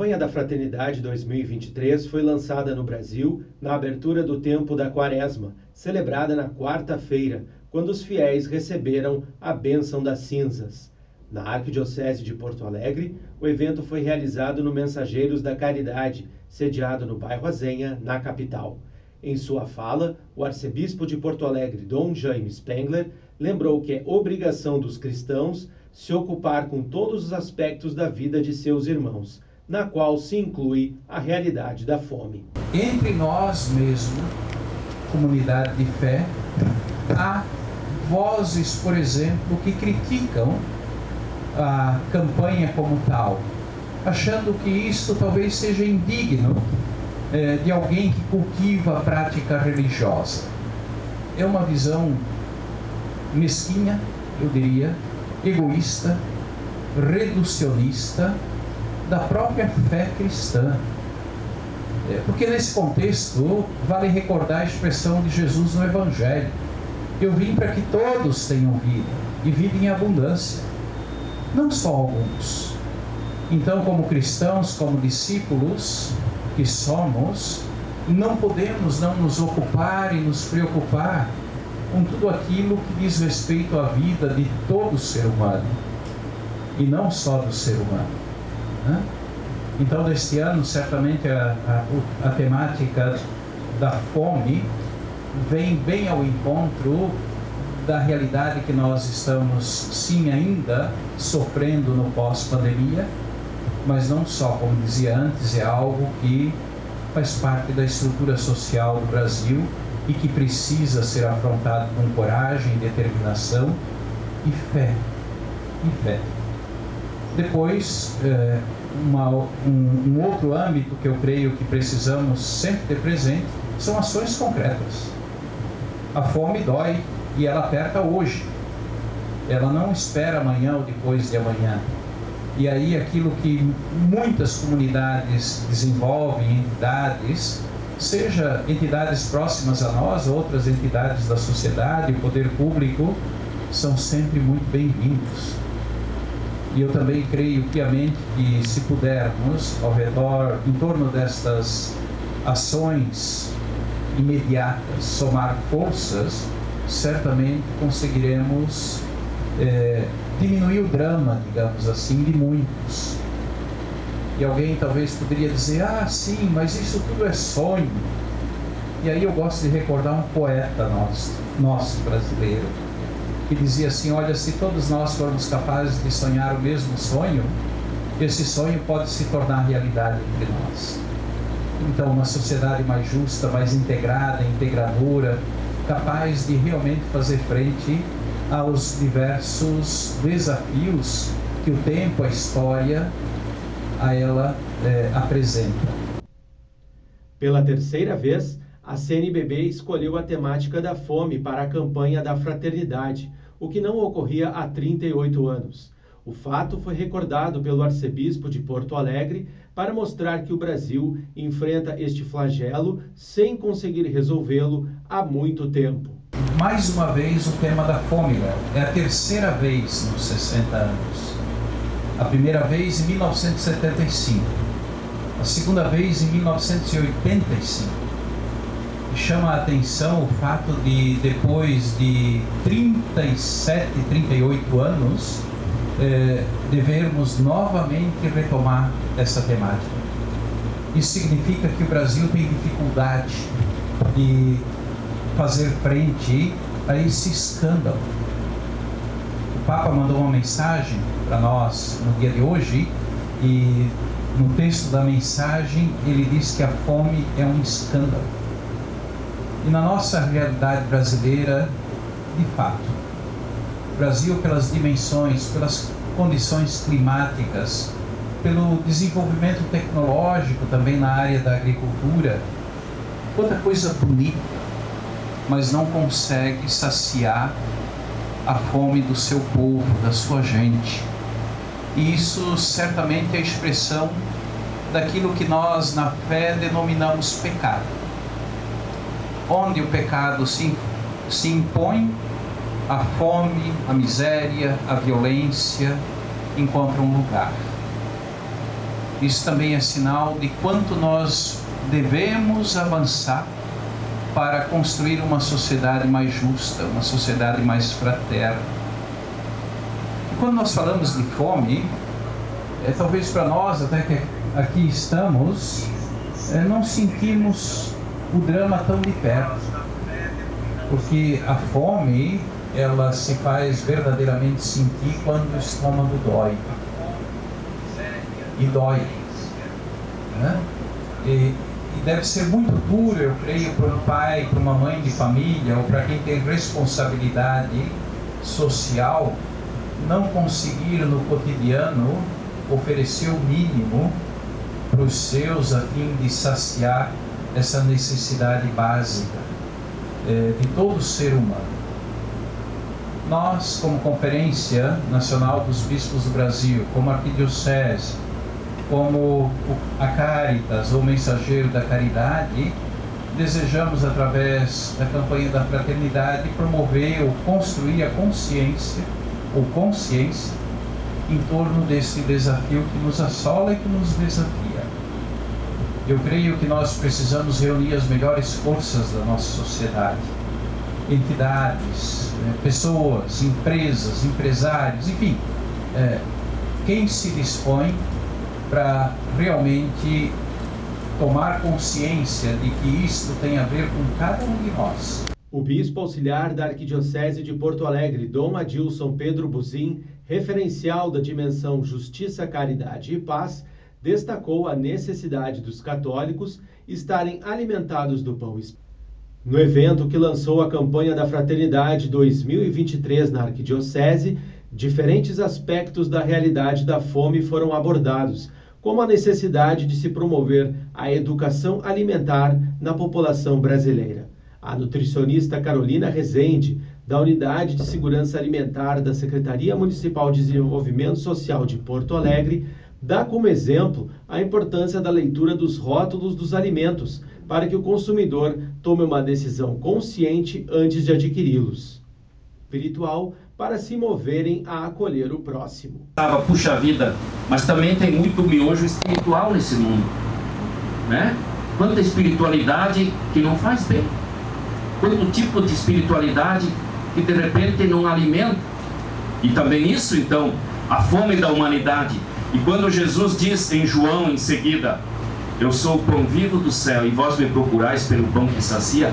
campanha da Fraternidade 2023 foi lançada no Brasil na abertura do tempo da Quaresma, celebrada na quarta-feira, quando os fiéis receberam a bênção das cinzas. Na Arquidiocese de Porto Alegre, o evento foi realizado no Mensageiros da Caridade, sediado no bairro Azenha, na capital. Em sua fala, o arcebispo de Porto Alegre, Dom Jaime Spengler, lembrou que é obrigação dos cristãos se ocupar com todos os aspectos da vida de seus irmãos, na qual se inclui a realidade da fome. Entre nós mesmos, comunidade de fé, há vozes, por exemplo, que criticam a campanha como tal, achando que isso talvez seja indigno de alguém que cultiva a prática religiosa. É uma visão mesquinha, eu diria, egoísta, reducionista da própria fé cristã. Porque nesse contexto vale recordar a expressão de Jesus no Evangelho: eu vim para que todos tenham vida, e vida em abundância, não só alguns. Então, como cristãos, como discípulos que somos, não podemos não nos ocupar e nos preocupar com tudo aquilo que diz respeito à vida de todo ser humano, e não só do ser humano, né? Então, neste ano, certamente a temática da fome vem bem ao encontro da realidade que nós estamos, sim, ainda sofrendo no pós-pandemia, mas não só, como dizia antes, é algo que faz parte da estrutura social do Brasil e que precisa ser afrontado com coragem, determinação e fé. Depois, um outro âmbito que eu creio que precisamos sempre ter presente são ações concretas. A fome dói e ela aperta hoje. Ela não espera amanhã ou depois de amanhã. E aí aquilo que muitas comunidades desenvolvem, entidades, seja entidades próximas a nós, outras entidades da sociedade, o poder público, são sempre muito bem-vindos. E eu também creio piamente que, se pudermos, em torno destas ações imediatas, somar forças, certamente conseguiremos diminuir o drama, digamos assim, de muitos. E alguém talvez poderia dizer: ah, sim, mas isso tudo é sonho. E aí eu gosto de recordar um poeta nosso brasileiro, que dizia assim: olha, se todos nós formos capazes de sonhar o mesmo sonho, esse sonho pode se tornar realidade entre nós. Então, uma sociedade mais justa, mais integrada, integradora, capaz de realmente fazer frente aos diversos desafios que o tempo, a história, a ela apresenta. Pela terceira vez, a CNBB escolheu a temática da fome para a campanha da fraternidade, o que não ocorria há 38 anos. O fato foi recordado pelo arcebispo de Porto Alegre para mostrar que o Brasil enfrenta este flagelo sem conseguir resolvê-lo há muito tempo. Mais uma vez o tema da fome, Léo. É a terceira vez nos 60 anos. A primeira vez em 1975. A segunda vez em 1985. E chama a atenção o fato de, depois de 37, 38 anos, devermos novamente retomar essa temática. Isso significa que o Brasil tem dificuldade de fazer frente a esse escândalo. O Papa mandou uma mensagem para nós no dia de hoje, e no texto da mensagem ele diz que a fome é um escândalo. E na nossa realidade brasileira, de fato, o Brasil, pelas dimensões, pelas condições climáticas, pelo desenvolvimento tecnológico também na área da agricultura, outra coisa bonita, mas não consegue saciar a fome do seu povo, da sua gente. E isso certamente é a expressão daquilo que nós na fé denominamos pecado. Onde o pecado se impõe, a fome, a miséria, a violência encontram um lugar. isso também é sinal de quanto nós devemos avançar para construir uma sociedade mais justa, uma sociedade mais fraterna. E quando nós falamos de fome, talvez para nós, até que aqui estamos, não sentimos o drama tão de perto, porque a fome, ela se faz verdadeiramente sentir quando o estômago dói, e dói, né? E deve ser muito duro, eu creio, para um pai, para uma mãe de família, ou para quem tem responsabilidade social, não conseguir no cotidiano oferecer o mínimo para os seus, a fim de saciar essa necessidade básica de todo ser humano. Nós, como Conferência Nacional dos Bispos do Brasil, como Arquidiocese, como a Caritas, ou Mensageiro da Caridade, desejamos, através da campanha da fraternidade, promover ou construir a consciência em torno desse desafio que nos assola e que nos desafia. Eu creio que nós precisamos reunir as melhores forças da nossa sociedade, entidades, pessoas, empresas, empresários, enfim, quem se dispõe para realmente tomar consciência de que isto tem a ver com cada um de nós. O bispo auxiliar da Arquidiocese de Porto Alegre, Dom Adilson Pedro Buzin, referencial da dimensão Justiça, Caridade e Paz, destacou a necessidade dos católicos estarem alimentados do pão espiritual. No evento que lançou a campanha da Fraternidade 2023 na Arquidiocese, diferentes aspectos da realidade da fome foram abordados, como a necessidade de se promover a educação alimentar na população brasileira. A nutricionista Carolina Rezende, da Unidade de Segurança Alimentar da Secretaria Municipal de Desenvolvimento Social de Porto Alegre, dá como exemplo a importância da leitura dos rótulos dos alimentos para que o consumidor tome uma decisão consciente antes de adquiri-los. Espiritual para se moverem a acolher o próximo. Puxa vida, mas também tem muito miojo espiritual nesse mundo, né? Quanta espiritualidade que não faz bem, quanto tipo de espiritualidade que de repente não alimenta. E também isso, então, a fome da humanidade. E quando Jesus diz em João em seguida, eu sou o pão vivo do céu e vós me procurais pelo pão que sacia,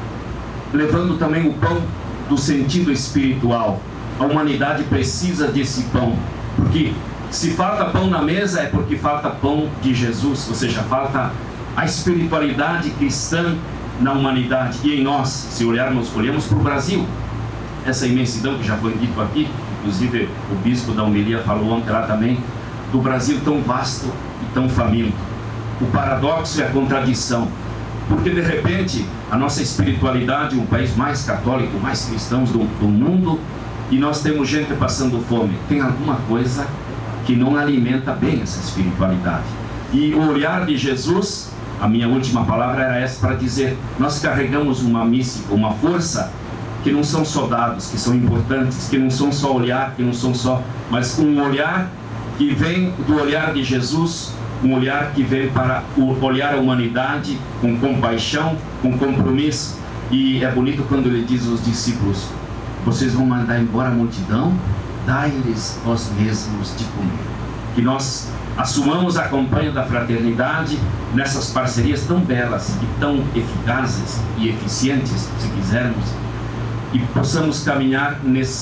levando também o pão do sentido espiritual. A humanidade precisa desse pão, porque se falta pão na mesa é porque falta pão de Jesus, ou seja, falta a espiritualidade cristã na humanidade e em nós. Se olharmos para o Brasil, essa imensidão que já foi dito aqui, inclusive o bispo da homilia falou ontem lá também, do Brasil tão vasto e tão faminto. O paradoxo e a contradição, porque de repente a nossa espiritualidade, um país mais católico, mais cristão do mundo, e nós temos gente passando fome. Tem alguma coisa que não alimenta bem essa espiritualidade. E o olhar de Jesus, a minha última palavra era essa para dizer, nós carregamos uma mística, uma força que não são soldados, que são importantes, que não são só olhar, que não são só, mas um olhar que vem do olhar de Jesus, um olhar que vem para olhar a humanidade com compaixão, com compromisso. E é bonito quando ele diz aos discípulos, vocês vão mandar embora a multidão, dai-lhes vós mesmos de comer. Que nós assumamos a campanha da fraternidade nessas parcerias tão belas e tão eficazes e eficientes, se quisermos, e possamos caminhar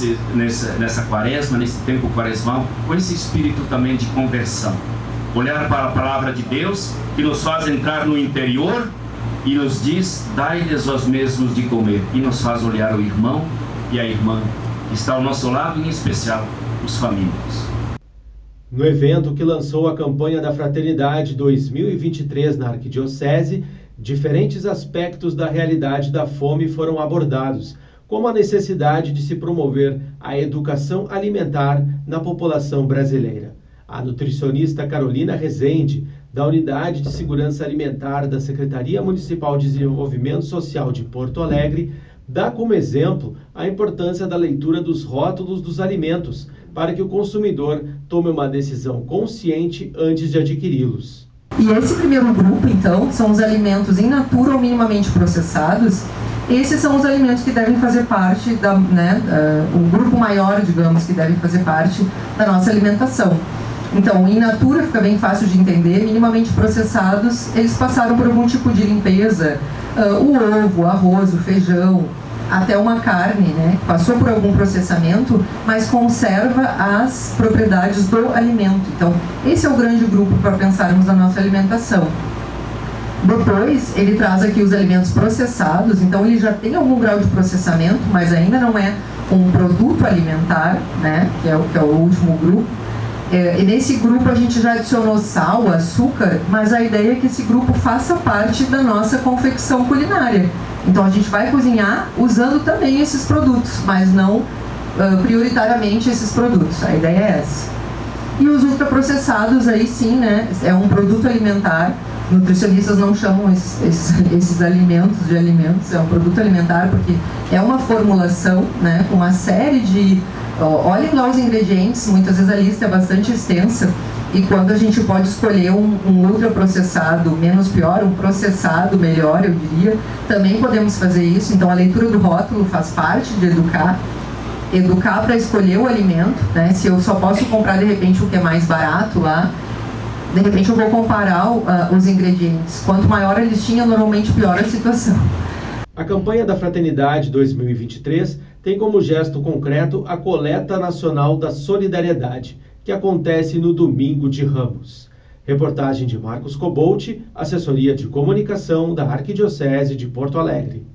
nessa quaresma, nesse tempo quaresmal, com esse espírito também de conversão. Olhar para a palavra de Deus, que nos faz entrar no interior e nos diz, dai-lhes vós mesmos de comer, e nos faz olhar o irmão e a irmã que está ao nosso lado, em especial os famintos. No evento que lançou a campanha da Fraternidade 2023 na Arquidiocese, diferentes aspectos da realidade da fome foram abordados, como a necessidade de se promover a educação alimentar na população brasileira. A nutricionista Carolina Rezende, da Unidade de Segurança Alimentar da Secretaria Municipal de Desenvolvimento Social de Porto Alegre, dá como exemplo a importância da leitura dos rótulos dos alimentos, para que o consumidor tome uma decisão consciente antes de adquiri-los. E esse primeiro grupo, então, são os alimentos in natura ou minimamente processados. Esses são os alimentos que devem fazer parte o grupo maior, digamos, que deve fazer parte da nossa alimentação. Então, in natura fica bem fácil de entender, minimamente processados, eles passaram por algum tipo de limpeza, o ovo, o arroz, o feijão, até uma carne, né, passou por algum processamento, mas conserva as propriedades do alimento. Então, esse é o grande grupo para pensarmos na nossa alimentação. Depois, ele traz aqui os alimentos processados, então ele já tem algum grau de processamento, mas ainda não é um produto alimentar, né, que é o último grupo. E nesse grupo a gente já adicionou sal, açúcar, mas a ideia é que esse grupo faça parte da nossa confecção culinária. Então a gente vai cozinhar usando também esses produtos, mas não prioritariamente esses produtos. A ideia é essa. E os ultraprocessados, aí sim, né, é um produto alimentar. Nutricionistas não chamam esses alimentos de alimentos, é um produto alimentar porque é uma formulação, né, com uma série de... Olhem lá os ingredientes, muitas vezes a lista é bastante extensa, e quando a gente pode escolher um ultraprocessado menos pior, um processado melhor, eu diria, também podemos fazer isso. Então a leitura do rótulo faz parte de educar para escolher o alimento, né? Se eu só posso comprar de repente o que é mais barato lá, de repente eu vou comparar os ingredientes. Quanto maior a listinha, normalmente pior a situação. A campanha da Fraternidade 2023 tem como gesto concreto a Coleta Nacional da Solidariedade, que acontece no Domingo de Ramos. Reportagem de Marcos Cobolt, Assessoria de Comunicação da Arquidiocese de Porto Alegre.